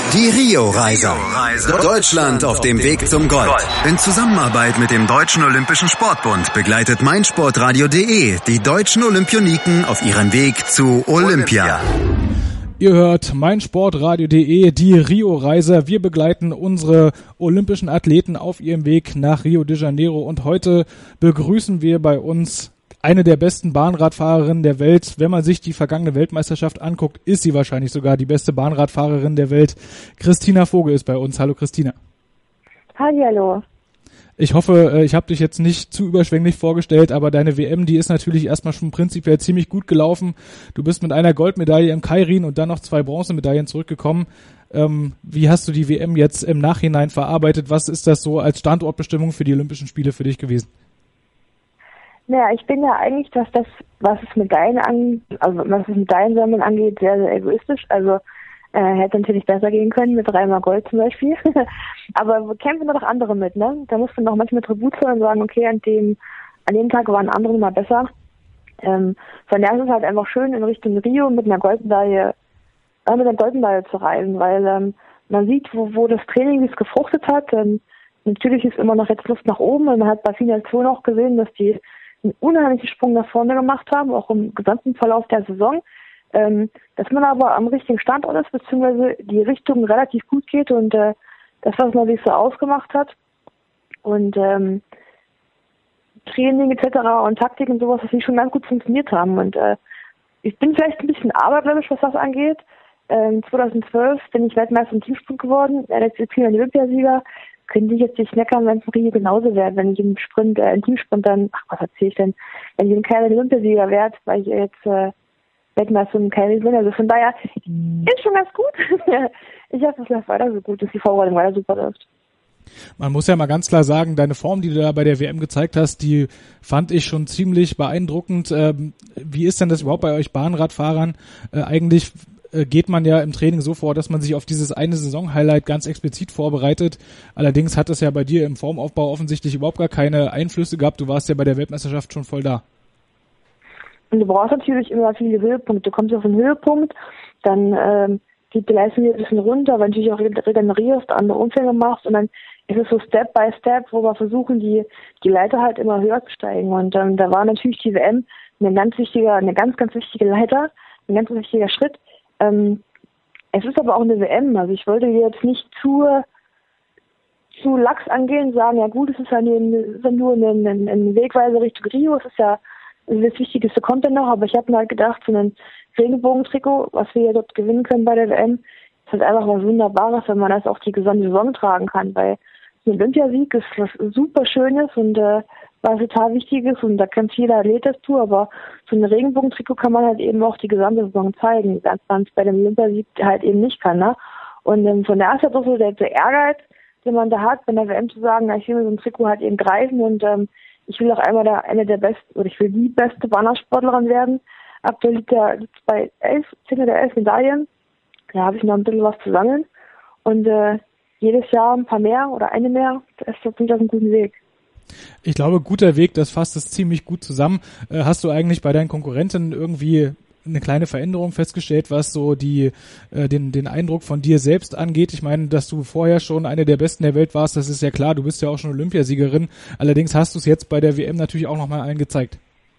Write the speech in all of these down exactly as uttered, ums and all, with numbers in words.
Die Rio-Reise. Deutschland auf dem Weg zum Gold. In Zusammenarbeit mit dem Deutschen Olympischen Sportbund begleitet meinsportradio punkt de die deutschen Olympioniken auf ihrem Weg zu Olympia. Ihr hört meinsportradio punkt de, die Rio-Reise. Wir begleiten unsere olympischen Athleten auf ihrem Weg nach Rio de Janeiro und heute begrüßen wir bei uns eine der besten Bahnradfahrerinnen der Welt. Wenn man sich die vergangene Weltmeisterschaft anguckt, ist sie wahrscheinlich sogar die beste Bahnradfahrerin der Welt. Christina Vogel ist bei uns. Hallo Christina. Hallo. Ich hoffe, ich habe dich jetzt nicht zu überschwänglich vorgestellt, aber deine W M, die ist natürlich erstmal schon prinzipiell ziemlich gut gelaufen. Du bist mit einer Goldmedaille im Keirin und dann noch zwei Bronzemedaillen zurückgekommen. Ähm, wie hast du die W M jetzt im Nachhinein verarbeitet? Was ist das so als Standortbestimmung für die Olympischen Spiele für dich gewesen? Naja, ich bin ja eigentlich, dass das, was es Medaillen angeht, also was es Medaillensammeln angeht, sehr, sehr egoistisch. Also äh, hätte natürlich besser gehen können mit dreimal Gold zum Beispiel. Aber kämpfen da doch andere mit, ne? Da muss man doch manchmal Tribut zollen und sagen, okay, an dem, an dem Tag waren andere mal besser. Ähm, von daher ist es halt einfach schön, in Richtung Rio mit einer Goldmedaille, äh, mit einer Goldmedaille zu reisen, weil ähm, man sieht, wo, wo das Training es gefruchtet hat. Ähm, natürlich ist immer noch jetzt Luft nach oben und man hat bei vielen Nationen auch gesehen, dass die einen unheimlichen Sprung nach vorne gemacht haben, auch im gesamten Verlauf der Saison. Ähm, dass man aber am richtigen Standort ist, beziehungsweise die Richtung relativ gut geht und äh, das, was man sich so ausgemacht hat. Und ähm, Training et cetera und Taktik und sowas, dass die schon ganz gut funktioniert haben. Und äh, ich bin vielleicht ein bisschen abergläubisch, was das angeht. Ähm, zweitausendzwölf bin ich Weltmeister im Teamsprung geworden, der Disziplin und Olympiasieger. Könnte ich jetzt nicht meckern, wenn es in Rio genauso wäre, wenn ich im Sprint, äh, im Teamsprint dann, ach was erzähle ich denn, wenn ich im Keirin Olympiasieger wäre, weil ich jetzt äh, Weltmeister im Keirin bin. Also von daher ist schon ganz gut. Ich hoffe, es läuft weiter so gut, dass die Vorbereitung weiter super läuft. Man muss ja mal ganz klar sagen, deine Form, die du da bei der W M gezeigt hast, die fand ich schon ziemlich beeindruckend. Ähm, wie ist denn das überhaupt bei euch Bahnradfahrern? Äh, eigentlich geht man ja im Training so vor, dass man sich auf dieses eine Saison-Highlight ganz explizit vorbereitet. Allerdings hat es ja bei dir im Formaufbau offensichtlich überhaupt gar keine Einflüsse gehabt. Du warst ja bei der Weltmeisterschaft schon voll da. Und du brauchst natürlich immer viele Höhepunkte. Du kommst auf einen Höhepunkt, dann ähm, geht die Leistung wieder ein bisschen runter, weil natürlich auch regenerierst, andere Umfänge machst und dann ist es so Step by Step, wo wir versuchen, die die Leiter halt immer höher zu steigen. Und ähm, da war natürlich die W M eine ganz wichtige, eine ganz, ganz wichtige Leiter, ein ganz wichtiger Schritt. Ähm, es ist aber auch eine W M, also ich wollte jetzt nicht zu, zu lax angehen und sagen, ja gut, es ist ja nur, es ist ja nur eine, eine, eine Wegweise Richtung Rio, es ist ja das Wichtigste kommt dann noch, aber ich habe mir halt gedacht, so ein Regenbogentrikot, was wir ja dort gewinnen können bei der W M, ist halt einfach was Wunderbares, wenn man das auch die gesamte Saison tragen kann, weil ein Olympiasieg ist was super Schönes und äh, was total wichtig ist und da kämpft jeder Athlet dazu, aber so ein Regenbogentrikot kann man halt eben auch die gesamte Saison zeigen, dass man es bei dem Olympiasieg halt eben nicht kann, ne? Und ähm, von daher ist halt auch so der, der Ehrgeiz, den man da hat, bei der W M zu sagen, na, ich will mir so ein Trikot halt eben greifen und ähm, ich will auch einmal da eine der besten, oder ich will die beste Bannersportlerin werden. Aktuell liegt er bei elf, zehn oder elf Medaillen. Da habe ich noch ein bisschen was zu sammeln und äh, jedes Jahr ein paar mehr oder eine mehr, das ist natürlich auf einem guten Weg. Ich glaube, guter Weg, das fasst es ziemlich gut zusammen. Äh, hast du eigentlich bei deinen Konkurrenten irgendwie eine kleine Veränderung festgestellt, was so die äh, den den Eindruck von dir selbst angeht? Ich meine, dass du vorher schon eine der Besten der Welt warst, das ist ja klar, du bist ja auch schon Olympiasiegerin. Allerdings hast du es jetzt bei der W M natürlich auch nochmal allen gezeigt.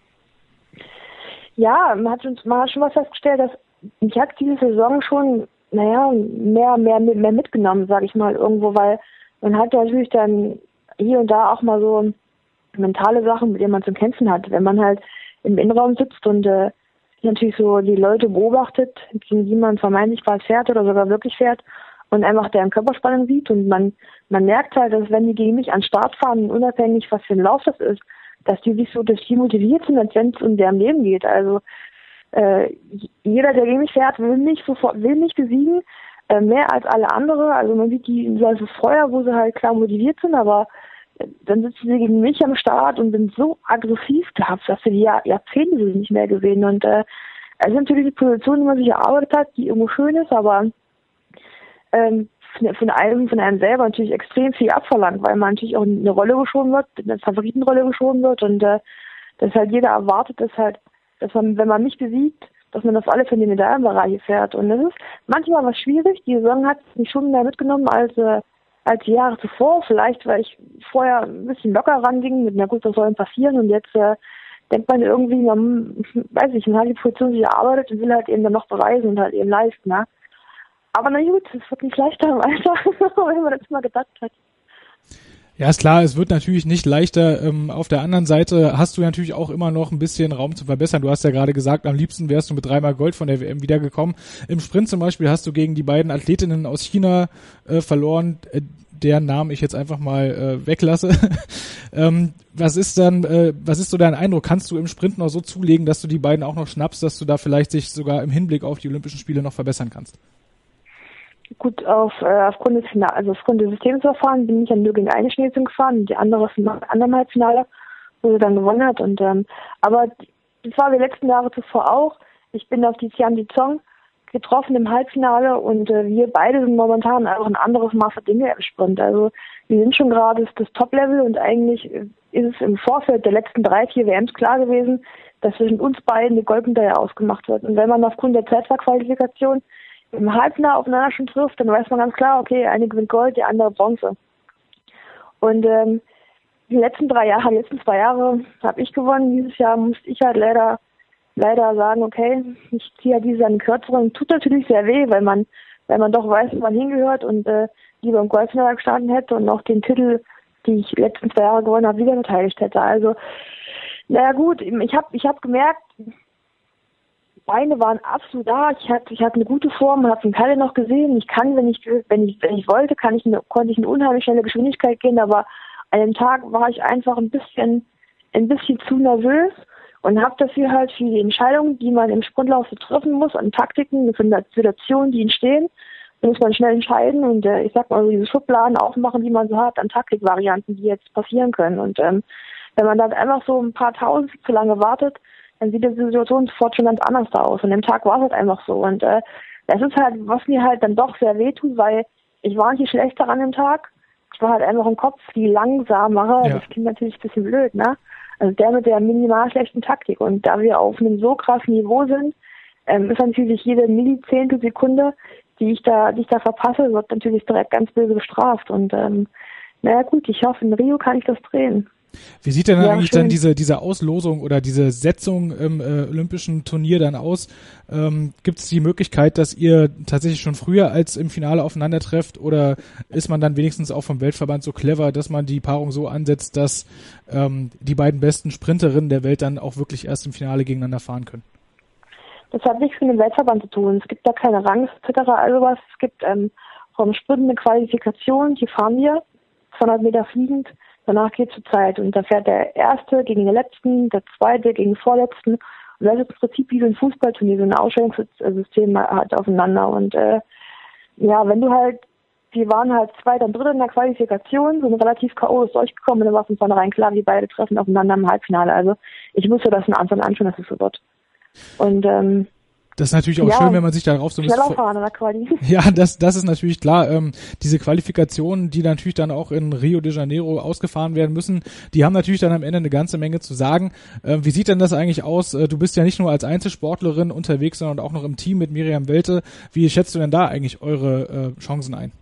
Ja, man hat, schon, man hat schon was festgestellt, dass ich habe diese Saison schon, naja, mehr, mehr, mehr mitgenommen, sage ich mal, irgendwo, weil man hat ja natürlich dann hier und da auch mal so mentale Sachen, mit denen man zu kämpfen hat. Wenn man halt im Innenraum sitzt und äh, natürlich so die Leute beobachtet, gegen die man vermeintlich bald fährt oder sogar wirklich fährt und einfach deren Körperspannung sieht und man man merkt halt, dass wenn die gegen mich an den Start fahren, unabhängig was für ein Lauf das ist, dass die sich so, dass die motiviert sind, als wenn es um deren Leben geht. Also äh, jeder, der gegen mich fährt, will mich sofort, will mich besiegen, äh, mehr als alle andere. Also man sieht die so als Feuer, wo sie halt klar motiviert sind, aber dann sitzen sie gegen mich am Start und sind so aggressiv gehabt, dass wir die Jahr, Jahrzehnte nicht mehr gesehen. Und äh, es ist natürlich die Position, die man sich erarbeitet hat, die irgendwo schön ist, aber ähm, von einem, von einem selber natürlich extrem viel abverlangt, weil man natürlich auch eine Rolle geschoben wird, eine Favoritenrolle geschoben wird und äh, dass halt jeder erwartet, dass halt, dass man, wenn man mich besiegt, dass man auf alle Fälle in die Medaillenbereiche fährt. Und das ist manchmal was schwierig. Die Saison hat mich schon mehr mitgenommen als, äh, als die Jahre zuvor. Vielleicht, weil ich vorher ein bisschen locker ranging mit, na gut, was soll denn passieren? Und jetzt äh, denkt man irgendwie, man, weiß ich, man hat die Position sich erarbeitet und will halt eben dann noch beweisen und halt eben leisten. Ne? Aber na gut, es wird nicht leichter im Alter, wenn man das mal gedacht hat. Ja, ist klar, es wird natürlich nicht leichter. Ähm, auf der anderen Seite hast du natürlich auch immer noch ein bisschen Raum zu verbessern. Du hast ja gerade gesagt, am liebsten wärst du mit dreimal Gold von der W M wiedergekommen. Im Sprint zum Beispiel hast du gegen die beiden Athletinnen aus China äh, verloren, äh, deren Namen ich jetzt einfach mal äh, weglasse. ähm, was ist dann, äh, was ist so dein Eindruck? Kannst du im Sprint noch so zulegen, dass du die beiden auch noch schnappst, dass du da vielleicht sich sogar im Hinblick auf die Olympischen Spiele noch verbessern kannst? Gut, auf, äh, aufgrund des Finale, also aufgrund des Systemsverfahrens bin ich ja nur gegen eine Chinesin gefahren und die andere ist im anderen Halbfinale, wo sie dann gewonnen hat. Und ähm, aber das war die letzten Jahre zuvor auch. Ich bin auf die Tian Dizong getroffen im Halbfinale und äh, wir beide sind momentan einfach ein anderes Maß der Dinge im Sprint. Also wir sind schon gerade das, das Top-Level und eigentlich ist es im Vorfeld der letzten drei, vier W Ms klar gewesen, dass zwischen uns beiden die Goldmedaille ausgemacht wird. Und wenn man aufgrund der Zeitfahrqualifikation im Halbfinale aufeinander schon trifft, dann weiß man ganz klar, okay, eine gewinnt Gold, die andere Bronze. Und ähm, die letzten drei Jahre, die letzten zwei Jahre habe ich gewonnen. Dieses Jahr musste ich halt leider leider sagen, okay, ich ziehe halt diese an den Kürzeren. Tut natürlich sehr weh, weil man, weil man doch weiß, wo man hingehört und äh, lieber im Goldfinale gestanden hätte und noch den Titel, die ich die letzten zwei Jahre gewonnen habe, wieder verteidigt hätte. Also, naja gut, ich habe ich hab gemerkt, Beine waren absolut da. Ich hatte, ich hatte eine gute Form, habe den Kalle noch gesehen. Ich kann, wenn ich, wenn ich, wenn ich wollte, kann ich eine, konnte ich eine unheimlich schnelle Geschwindigkeit gehen. Aber an dem Tag war ich einfach ein bisschen, ein bisschen zu nervös und habe dafür halt für die Entscheidungen, die man im Sprintlauf so treffen muss, an Taktiken, für Situationen, die entstehen, da muss man schnell entscheiden und äh, ich sag mal, so diese Schubladen aufmachen, die man so hat, an Taktikvarianten, die jetzt passieren können. Und ähm, wenn man dann einfach so ein paar Tausend zu lange wartet, dann sieht die Situation sofort schon ganz anders da aus. Und am Tag war es halt einfach so. Und äh, das ist halt, was mir halt dann doch sehr wehtut, weil ich war nicht schlechter an dem Tag. Ich war halt einfach im Kopf die langsamere. Ja. Das klingt natürlich ein bisschen blöd, ne? Also der mit der minimal schlechten Taktik. Und da wir auf einem so krassen Niveau sind, ähm, ist natürlich jede Millizehntel Sekunde, die ich da, die ich da verpasse, wird natürlich direkt ganz böse bestraft. Und ähm, naja gut, ich hoffe, in Rio kann ich das drehen. Wie sieht denn ja, eigentlich schön. dann diese diese Auslosung oder diese Setzung im äh, olympischen Turnier dann aus? Ähm, gibt es die Möglichkeit, dass ihr tatsächlich schon früher als im Finale aufeinander trefft oder ist man dann wenigstens auch vom Weltverband so clever, dass man die Paarung so ansetzt, dass ähm, die beiden besten Sprinterinnen der Welt dann auch wirklich erst im Finale gegeneinander fahren können? Das hat nichts mit dem Weltverband zu tun. Es gibt da keine Rangs et cetera. Also was. Es gibt ähm, vom Sprint eine Qualifikation, die fahren wir, zweihundert Meter fliegend. Danach geht es zur Zeit und da fährt der Erste gegen den Letzten, der Zweite gegen den Vorletzten. Und das ist im Prinzip wie so ein Fußballturnier, so ein Ausstellungssystem halt aufeinander. Und äh, ja, wenn du halt, wir waren halt Zweiter und Dritter in der Qualifikation, sind relativ K O durchgekommen und dann war es von vornherein klar, wir beide treffen aufeinander im Halbfinale. Also ich wusste das von Anfang an schon, dass es so wird. Und ähm, das ist natürlich auch ja, schön, wenn man sich darauf so ein bisschen... fahren in der Quali. Ja, das, das ist natürlich klar. Ähm, diese Qualifikationen, die natürlich dann auch in Rio de Janeiro ausgefahren werden müssen, die haben natürlich dann am Ende eine ganze Menge zu sagen. Ähm, wie sieht denn das eigentlich aus? Äh, du bist ja nicht nur als Einzelsportlerin unterwegs, sondern auch noch im Team mit Miriam Welte. Wie schätzt du denn da eigentlich eure äh, Chancen ein?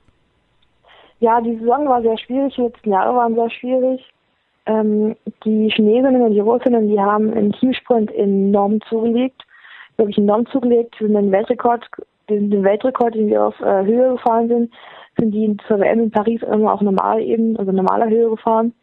Ja, die Saison war sehr schwierig, die letzten Jahre waren sehr schwierig. Ähm, die Chinesinnen und die Russinnen, die haben im Teamsprint enorm zugelegt. wirklich enorm zugelegt, sind den Weltrekord, den, den Weltrekord, den wir auf äh, Höhe gefahren sind, sind die zur W M in Paris immer auch normal eben, also normaler Höhe gefahren.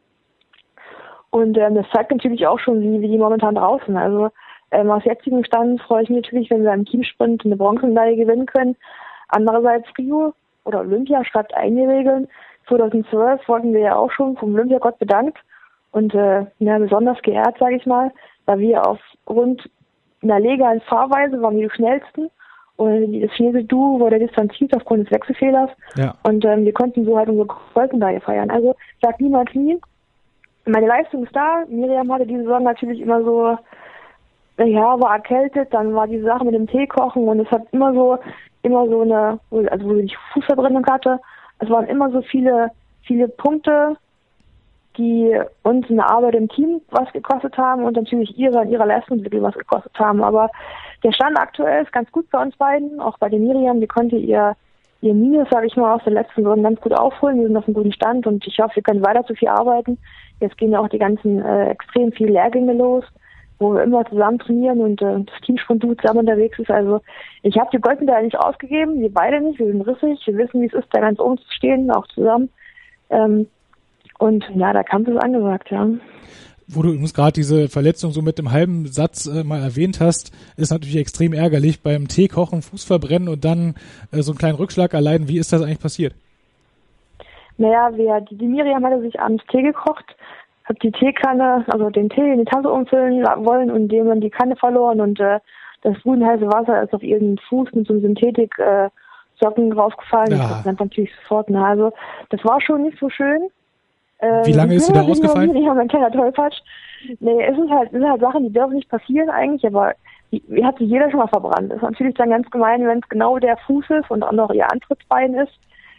Und ähm, das zeigt natürlich auch schon, wie, wie die momentan draußen. Also ähm, aus jetzigem Stand freue ich mich natürlich, wenn wir im Teamsprint eine Bronzemedaille gewinnen können. Andererseits Rio oder Olympia schreibt eigene Regeln. zweitausendzwölf wurden wir ja auch schon vom Olympiagott bedankt und äh, ja, besonders geehrt, sage ich mal, da wir auf rund in der legalen Fahrweise waren wir die schnellsten und das chinesische Duo wurde distanziert aufgrund des Wechselfehlers ja. und ähm, wir konnten so halt unsere Goldmedaille feiern. Also sag niemals nie, meine Leistung ist da. Miriam hatte diese Saison natürlich immer so, ja, war erkältet, dann war die Sache mit dem Tee kochen und es hat immer so, immer so eine, also wo sie die Fußverbrennung hatte, es waren immer so viele, viele Punkte, die uns in der Arbeit im Team was gekostet haben und natürlich ihre, ihre Leistung wirklich was gekostet haben. Aber der Stand aktuell ist ganz gut bei uns beiden, auch bei der Miriam, die konnte ihr, ihr Minus, sage ich mal, aus der letzten Saison ganz gut aufholen. Wir sind auf einem guten Stand und ich hoffe, wir können weiter so viel arbeiten. Jetzt gehen ja auch die ganzen äh, extrem viele Lehrgänge los, wo wir immer zusammen trainieren und äh, das Teamsport zusammen unterwegs ist. Also ich habe die Goldmedaille nicht ausgegeben, wir beide nicht, wir sind rissig, wir wissen, wie es ist, da ganz oben zu stehen, auch zusammen. Ähm, und ja, der Kampf ist angesagt, ja. Wo du übrigens gerade diese Verletzung so mit dem halben Satz äh, mal erwähnt hast, ist natürlich extrem ärgerlich beim Tee kochen, Fuß verbrennen und dann äh, so einen kleinen Rückschlag erleiden. Wie ist das eigentlich passiert? Naja, wir, die, die Miriam hatte sich abends Tee gekocht, hat die Teekanne, also den Tee in die Tasse umfüllen wollen und dem dann die Kanne verloren und äh, das heiße Wasser ist auf ihren Fuß mit so einem Synthetik äh, Socken draufgefallen. Ja. Das dann natürlich sofort. Ne? Also das war schon nicht so schön. Äh, Wie lange ist sie da ausgefallen? Ich habe ein kleiner Tollpatsch. Nee, es ist halt, es sind halt Sachen, die dürfen nicht passieren eigentlich, aber die, die hat sich jeder schon mal verbrannt. Das ist natürlich dann ganz gemein, wenn es genau der Fuß ist und auch noch ihr Antrittsbein ist.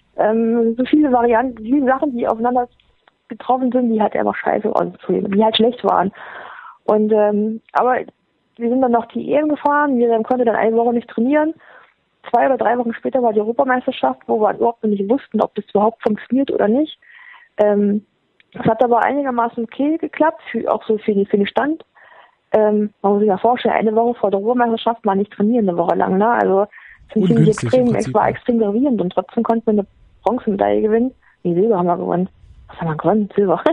Ähm, so viele Varianten, viele Sachen, die aufeinander getroffen sind, die halt einfach scheiße, also die halt schlecht waren. Und ähm, aber wir sind dann noch die E M gefahren, Miriam konnte dann eine Woche nicht trainieren. Zwei oder drei Wochen später war die Europameisterschaft, wo wir überhaupt noch nicht wussten, ob das überhaupt funktioniert oder nicht. Ähm, Es hat aber einigermaßen okay geklappt, für, auch so für, die, für den Stand. Ähm, man muss sich ja vorstellen, eine Woche vor der Europameisterschaft mal nicht trainieren, eine Woche lang. Ne? Also das ist extrem, es war extrem gravierend und trotzdem konnten wir eine Bronzemedaille gewinnen. Nee, Silber haben wir gewonnen. Was haben wir gewonnen? Silber.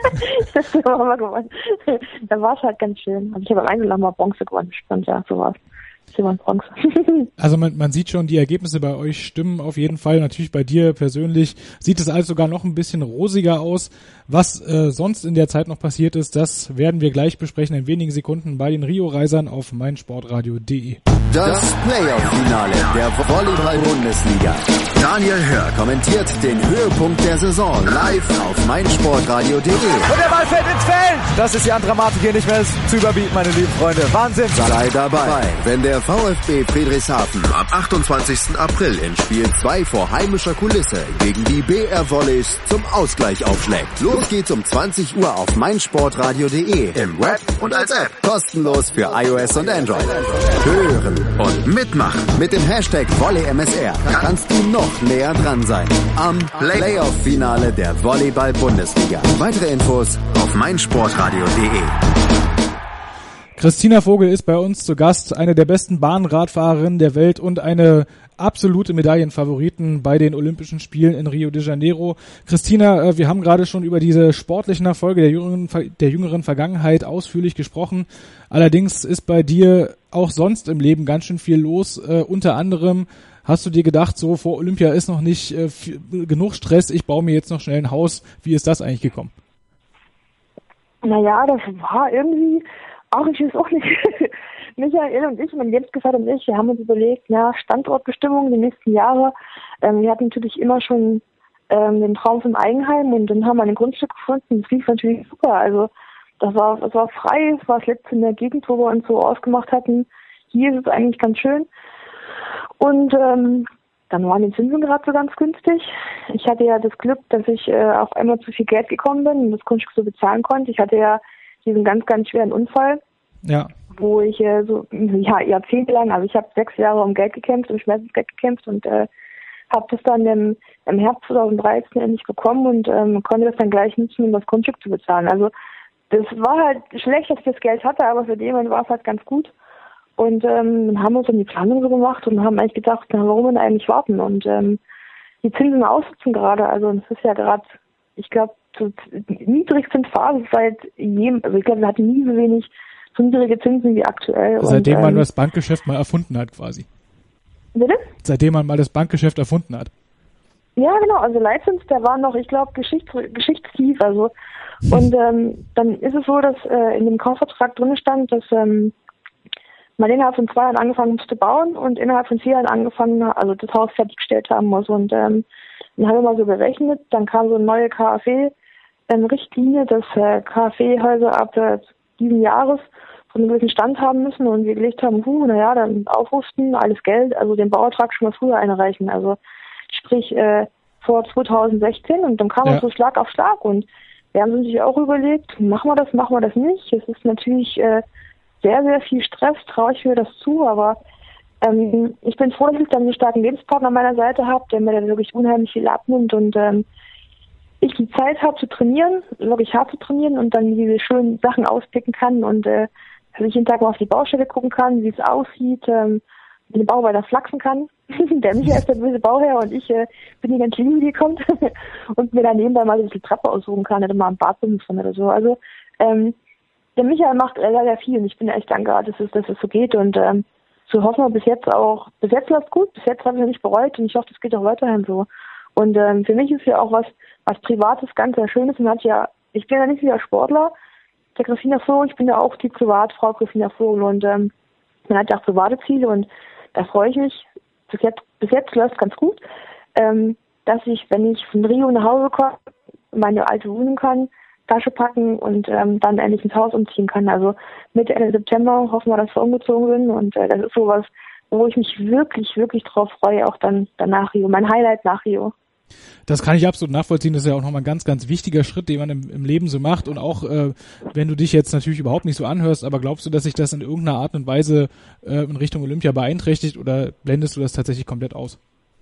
Das Silber haben wir gewonnen. Da war es halt ganz schön. Also ich habe am Einzel mal Bronze gewonnen. Stand ja, so war's. Silber und Bronze. Also man, man sieht schon, die Ergebnisse bei euch stimmen auf jeden Fall. Natürlich bei dir persönlich sieht es alles sogar noch ein bisschen rosiger aus. Was äh, sonst in der Zeit noch passiert ist, das werden wir gleich besprechen in wenigen Sekunden bei den Rio-Reisern auf meinsportradio punkt de. Das Playoff-Finale der Volleyball-Bundesliga. Daniel Hör kommentiert den Höhepunkt der Saison live auf meinsportradio punkt de. Und der Ball fällt ins Feld. Das ist ja an Dramatik hier nicht mehr zu überbieten, meine lieben Freunde. Wahnsinn. Sei dabei, wenn der VfB Friedrichshafen am achtundzwanzigsten April in Spiel zwei vor heimischer Kulisse gegen die B R Volleys zum Ausgleich aufschlägt. Los geht's um zwanzig Uhr auf meinsportradio punkt de, im Web und als App. Kostenlos für iOS und Android. Hören und mitmachen mit dem Hashtag VolleyMSR kannst du noch näher dran sein am Playoff-Finale der Volleyball-Bundesliga. Weitere Infos auf meinsportradio punkt de. Christina Vogel ist bei uns zu Gast, eine der besten Bahnradfahrerinnen der Welt und eine absolute Medaillenfavoriten bei den Olympischen Spielen in Rio de Janeiro. Christina, wir haben gerade schon über diese sportlichen Erfolge der jüngeren, der jüngeren Vergangenheit ausführlich gesprochen. Allerdings ist bei dir auch sonst im Leben ganz schön viel los. Äh, unter anderem hast du dir gedacht, so vor Olympia ist noch nicht äh, viel, genug Stress, ich baue mir jetzt noch schnell ein Haus. Wie ist das eigentlich gekommen? Naja, das war irgendwie... Auch ich weiß auch nicht. Michael und ich, mein Lebensgefährte und ich, wir haben uns überlegt, na, Standortbestimmung die nächsten Jahre. Ähm, wir hatten natürlich immer schon ähm, den Traum vom Eigenheim und dann haben wir ein Grundstück gefunden. Das lief natürlich super. Also das war, das war frei, das war das letzte in der Gegend, wo wir uns so ausgemacht hatten. Hier ist es eigentlich ganz schön. Und ähm, dann waren die Zinsen gerade so ganz günstig. Ich hatte ja das Glück, dass ich äh, auf einmal zu viel Geld gekommen bin und das Grundstück so bezahlen konnte. Ich hatte ja diesen ganz, ganz schweren Unfall, ja. wo ich äh, so ja, jahrzehntelang, also ich habe sechs Jahre um Geld gekämpft, um Schmerzensgeld gekämpft und äh, habe das dann im, im Herbst zweitausenddreizehn endlich bekommen und ähm, konnte das dann gleich nutzen, um das Grundstück zu bezahlen. Also das war halt schlecht, dass ich das Geld hatte, aber für den Moment war es halt ganz gut. Und ähm, dann haben wir uns dann die Planung so gemacht und haben eigentlich gedacht, na, warum denn eigentlich warten? Und ähm, die Zinsen aussitzen gerade, also es ist ja gerade, ich glaube, so Niedrigzinsphase seit jedem, also ich glaube, wir hatten nie so wenig so niedrige Zinsen wie aktuell. Seitdem und, man ähm, das Bankgeschäft mal erfunden hat quasi. Bitte? Seitdem man mal das Bankgeschäft erfunden hat. Ja, genau, also Leitzins, der war noch, ich glaube, Geschichts geschichtstief, also und ähm, dann ist es so, dass äh, in dem Kaufvertrag drin stand, dass ähm, man innerhalb von zwei Jahren angefangen musste bauen und innerhalb von vier Jahren angefangen, also das Haus fertiggestellt haben muss und ähm, dann haben wir mal so berechnet, dann kam so eine neue K f E-Richtlinie, dass äh, K f E-Häuser ab äh, diesen Jahres von einem gewissen Stand haben müssen und wir gelegt haben, huh, naja, dann aufrüsten, alles Geld, also den Bauertrag schon mal früher einreichen, also sprich äh, vor zweitausendsechzehn und dann kam ja. es so Schlag auf Schlag und wir haben uns natürlich auch überlegt, machen wir das, machen wir das nicht. Es ist natürlich äh, sehr, sehr viel Stress, traue ich mir das zu, aber ähm, ich bin froh, dass ich dann einen starken Lebenspartner an meiner Seite habe, der mir dann wirklich unheimlich viel abnimmt und ähm, ich die Zeit habe zu trainieren, wirklich hart zu trainieren und dann diese schönen Sachen auspicken kann und äh, dass ich jeden Tag mal auf die Baustelle gucken kann, wie es aussieht, ähm, wie der Bau weiter flachsen kann. Der Michael ist der böse Bauherr und ich äh, bin die ganz liebe, die kommt und mir dann nebenbei mal so ein bisschen Treppe aussuchen kann, oder mal ein Bad benutzen oder so. Also ähm, der Michael macht äh, sehr viel und ich bin echt dankbar, dass es, dass es so geht und ähm, so hoffen wir bis jetzt auch, bis jetzt läuft gut, bis jetzt habe ich noch nicht bereut und ich hoffe, das geht auch weiterhin so. Und ähm, für mich ist ja auch was, was Privates ganz sehr Schönes und hat ja, ich bin ja nicht wieder Sportler, der Christina Vogel, ich bin ja auch die Privatfrau Christina Vogel und ähm, man hat ja auch private Ziele und da freue ich mich, bis jetzt, bis jetzt läuft es ganz gut, ähm, dass ich, wenn ich von Rio nach Hause komme, meine alte Wohnung kann, Tasche packen und ähm, dann endlich ins Haus umziehen kann. Also Mitte, Ende September hoffen wir, dass wir umgezogen sind und äh, das ist sowas, wo ich mich wirklich, wirklich drauf freue, auch dann danach Rio, mein Highlight nach Rio. Das kann ich absolut nachvollziehen. Das ist ja auch nochmal ein ganz, ganz wichtiger Schritt, den man im, im Leben so macht. Und auch, äh, wenn du dich jetzt natürlich überhaupt nicht so anhörst, aber glaubst du, dass sich das in irgendeiner Art und Weise äh, in Richtung Olympia beeinträchtigt oder blendest du das tatsächlich komplett aus?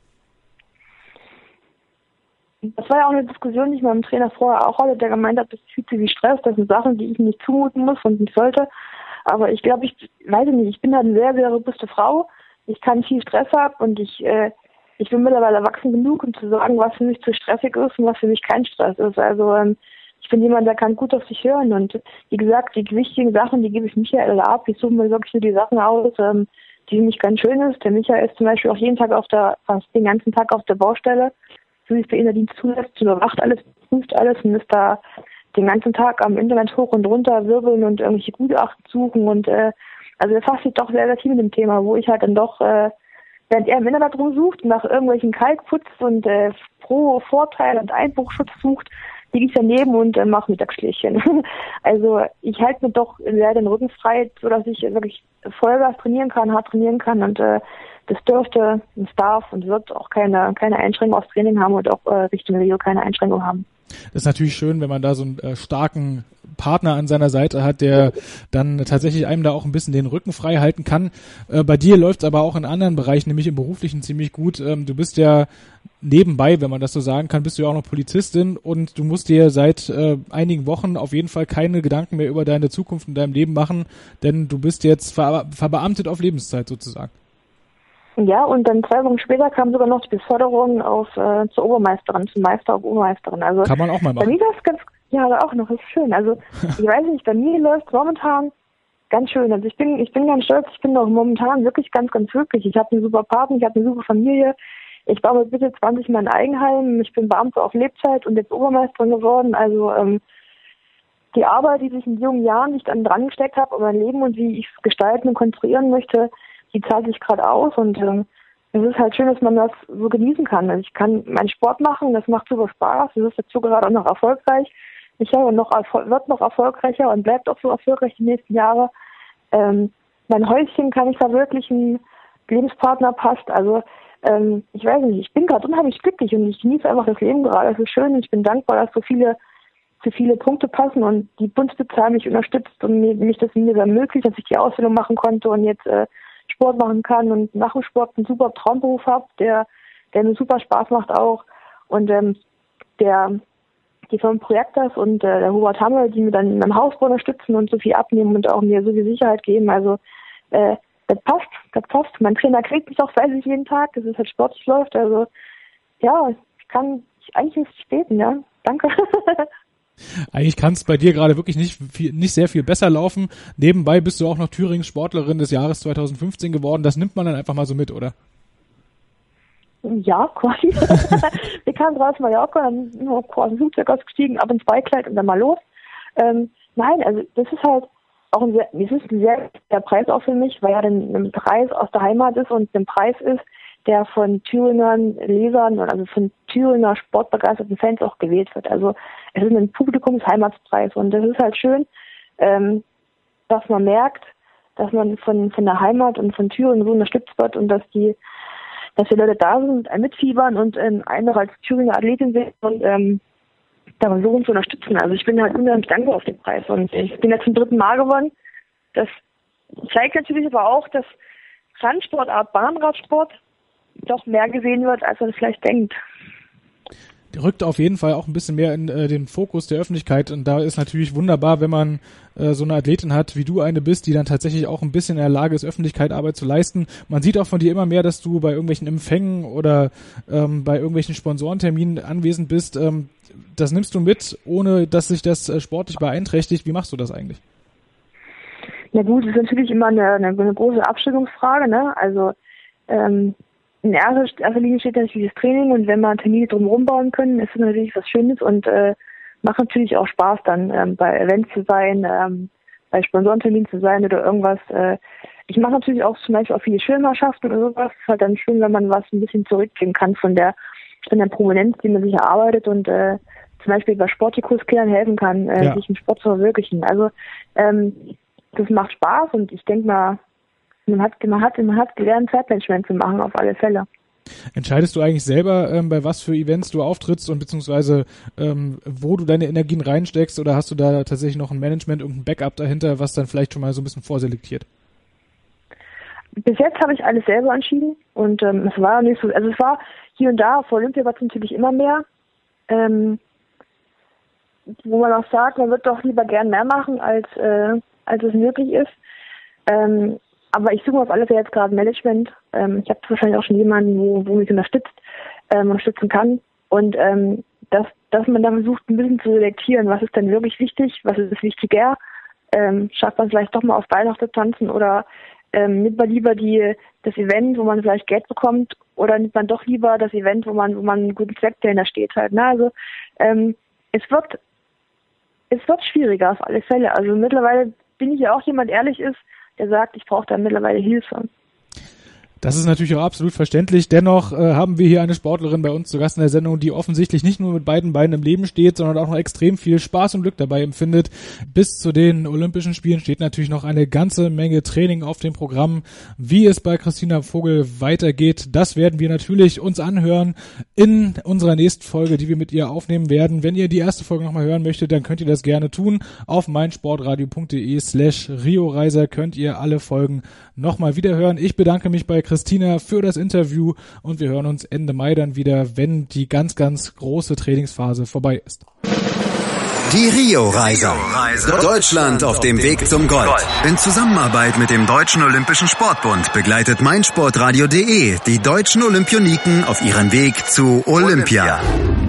Das war ja auch eine Diskussion, die ich mit meinem Trainer vorher auch hatte, der gemeint hat, das fühlt sich wie Stress, das sind Sachen, die ich nicht zumuten muss und nicht sollte. Aber ich glaube, ich weiß nicht, ich bin halt eine sehr, sehr robuste Frau. Ich kann viel Stress ab und ich äh, ich bin mittlerweile erwachsen genug, um zu sagen, was für mich zu stressig ist und was für mich kein Stress ist. Also ähm, ich bin jemand, der kann gut auf sich hören und wie gesagt, die wichtigen Sachen, die gebe ich Michael ab. Ich suche mir wirklich nur die Sachen aus, ähm, die für mich ganz schön ist. Der Michael ist zum Beispiel auch jeden Tag auf der, fast den ganzen Tag auf der Baustelle, so wie es für ihn der Dienst zulässt, überwacht alles, prüft alles und ist da den ganzen Tag am Internet hoch und runter wirbeln und irgendwelche Gutachten suchen und äh, also er fasst sich doch sehr, sehr viel mit dem Thema, wo ich halt dann doch äh, während er Männer da drum sucht, nach irgendwelchen Kalkputz und äh, Pro Vorteil und Einbruchschutz sucht, liege ich daneben und äh, mache Mittagsschläfchen. Also ich halte mir doch sehr den Rücken frei, sodass ich wirklich Vollgas trainieren kann, hart trainieren kann und äh, das dürfte, es darf und wird auch keine keine Einschränkung aufs Training haben und auch äh, Richtung Rio keine Einschränkung haben. Das ist natürlich schön, wenn man da so einen äh, starken Partner an seiner Seite hat, der dann tatsächlich einem da auch ein bisschen den Rücken frei halten kann. Äh, bei dir läuft es aber auch in anderen Bereichen, nämlich im Beruflichen, ziemlich gut. Ähm, du bist ja nebenbei, wenn man das so sagen kann, bist du ja auch noch Polizistin und du musst dir seit äh, einigen Wochen auf jeden Fall keine Gedanken mehr über deine Zukunft in deinem Leben machen, denn du bist jetzt ver- verbeamtet auf Lebenszeit sozusagen. Ja, und dann zwei Wochen später kam sogar noch die Beförderung auf äh, zur Obermeisterin, zum Meister auf Obermeisterin. Also kann man auch mal machen. Bei mir ist ganz, ja, aber auch noch, das ist schön. Also ich weiß nicht, bei mir läuft momentan ganz schön. Also ich bin, ich bin ganz stolz, ich bin auch momentan wirklich ganz, ganz glücklich. Ich habe einen super Partner, ich habe eine super Familie. Ich baue mit Mitte zwanzig mein Eigenheim. Ich bin Beamte auf Lebzeit und jetzt Obermeisterin geworden. Also ähm, die Arbeit, die ich in jungen Jahren nicht an dran gesteckt habe, um mein Leben und wie ich es gestalten und konstruieren möchte, die zahlt sich gerade aus und ähm, es ist halt schön, dass man das so genießen kann. Also ich kann meinen Sport machen, das macht super Spaß, das ist dazu gerade auch noch erfolgreich. Ich habe noch wird noch erfolgreicher und bleibt auch so erfolgreich die nächsten Jahre. Ähm, mein Häuschen kann ich verwirklichen, Lebenspartner passt, also ähm, ich weiß nicht, ich bin gerade unheimlich glücklich und ich genieße einfach das Leben gerade. Es ist schön und ich bin dankbar, dass so viele so viele Punkte passen und die Bundespolizei mich unterstützt und mir, mich das mir ermöglicht, dass ich die Ausbildung machen konnte und jetzt äh, Sport machen kann und nach dem Sport einen super Traumberuf habe, der, der mir super Spaß macht auch. Und ähm, der die Firma Projektas und äh, der Hubert Hammel, die mir dann in meinem Hausbau unterstützen und so viel abnehmen und auch mir so viel Sicherheit geben. Also äh, das passt, das passt. Mein Trainer kriegt mich auch fleißig jeden Tag, dass es halt sportlich läuft. Also ja, ich kann ich, eigentlich nicht späten, ja. Danke. Eigentlich kann es bei dir gerade wirklich nicht viel, nicht sehr viel besser laufen. Nebenbei bist du auch noch Thürings Sportlerin des Jahres zwanzig fünfzehn geworden. Das nimmt man dann einfach mal so mit, oder? Ja, quasi. Wir kamen draußen Mallorca, dann sind wir quasi Flugzeug ausgestiegen, ab ins Beikleid und dann mal los. Ähm, nein, also das ist halt auch ein sehr, das ist ein sehr der Preis auch für mich, weil ja dann ein Preis aus der Heimat ist und ein Preis ist, der von Thüringern Lesern, also von Thüringer sportbegeisterten Fans auch gewählt wird. Also es ist ein Publikumsheimatspreis und das ist halt schön, ähm, dass man merkt, dass man von von der Heimat und von Thüringen so unterstützt wird und dass die dass die Leute da sind, mitfiebern und ähm, eine als Thüringer Athletin sehen und ähm, da versuchen zu unterstützen. Also ich bin halt unheimlich dankbar auf den Preis und ich bin jetzt zum dritten Mal gewonnen. Das zeigt natürlich aber auch, dass Randsportart, Bahnradsport doch mehr gesehen wird, als man vielleicht denkt. Rückt auf jeden Fall auch ein bisschen mehr in äh, den Fokus der Öffentlichkeit und da ist natürlich wunderbar, wenn man äh, so eine Athletin hat, wie du eine bist, die dann tatsächlich auch ein bisschen in der Lage ist, Öffentlichkeitsarbeit zu leisten. Man sieht auch von dir immer mehr, dass du bei irgendwelchen Empfängen oder ähm, bei irgendwelchen Sponsorenterminen anwesend bist. Ähm, das nimmst du mit, ohne dass sich das äh, sportlich beeinträchtigt. Wie machst du das eigentlich? Na gut, das ist natürlich immer eine, eine, eine große Abstimmungsfrage, ne? Also ähm, in erster, erster Linie steht natürlich das Training und wenn man Termine drumherum bauen können, ist das natürlich was Schönes und äh, macht natürlich auch Spaß dann ähm, bei Events zu sein, ähm, bei Sponsorenterminen zu sein oder irgendwas. Äh, ich mache natürlich auch zum Beispiel auch viele Schirmherrschaften oder sowas. Es ist halt dann schön, wenn man was ein bisschen zurückgeben kann von der von der Prominenz, die man sich erarbeitet und äh, zum Beispiel bei Sportikuskindern helfen kann, äh, ja. sich im Sport zu verwirklichen. Also ähm, das macht Spaß und ich denke mal, Man hat, man hat, man hat gelernt, Zeitmanagement zu machen, auf alle Fälle. Entscheidest du eigentlich selber, ähm, bei was für Events du auftrittst und beziehungsweise ähm, wo du deine Energien reinsteckst oder hast du da tatsächlich noch ein Management, irgendein Backup dahinter, was dann vielleicht schon mal so ein bisschen vorselektiert? Bis jetzt habe ich alles selber entschieden und ähm, es war nicht so, also es war hier und da, vor Olympia war es natürlich immer mehr, ähm, wo man auch sagt, man wird doch lieber gern mehr machen, als, äh, als es möglich ist. Ähm, Aber ich suche auf alle Fälle jetzt gerade Management. Ähm, ich habe wahrscheinlich auch schon jemanden, wo, wo mich unterstützt, ähm, unterstützen kann. Und ähm, dass, dass man dann versucht, ein bisschen zu selektieren, was ist denn wirklich wichtig, was ist wichtiger. Ähm, schafft man vielleicht doch mal auf Weihnachten tanzen oder ähm, nimmt man lieber die das Event, wo man vielleicht Geld bekommt, oder nimmt man doch lieber das Event, wo man wo man einen guten Zweck dahinter steht halt. Ne? Also ähm, es wird es wird schwieriger auf alle Fälle. Also mittlerweile bin ich ja auch jemand, ehrlich ist, der sagt, ich brauche da mittlerweile Hilfe. Das ist natürlich auch absolut verständlich. Dennoch äh, haben wir hier eine Sportlerin bei uns zu Gast in der Sendung, die offensichtlich nicht nur mit beiden Beinen im Leben steht, sondern auch noch extrem viel Spaß und Glück dabei empfindet. Bis zu den Olympischen Spielen steht natürlich noch eine ganze Menge Training auf dem Programm. Wie es bei Christina Vogel weitergeht, das werden wir natürlich uns anhören in unserer nächsten Folge, die wir mit ihr aufnehmen werden. Wenn ihr die erste Folge nochmal hören möchtet, dann könnt ihr das gerne tun. Auf meinsportradio.de slash Rio-Reiser könnt ihr alle Folgen nochmal wieder hören. Ich bedanke mich bei Christina für das Interview und wir hören uns Ende Mai dann wieder, wenn die ganz, ganz große Trainingsphase vorbei ist. Die Rio-Reiser. Deutschland auf dem Weg zum Gold. In Zusammenarbeit mit dem Deutschen Olympischen Sportbund begleitet meinsportradio punkt de die deutschen Olympioniken auf ihrem Weg zu Olympia.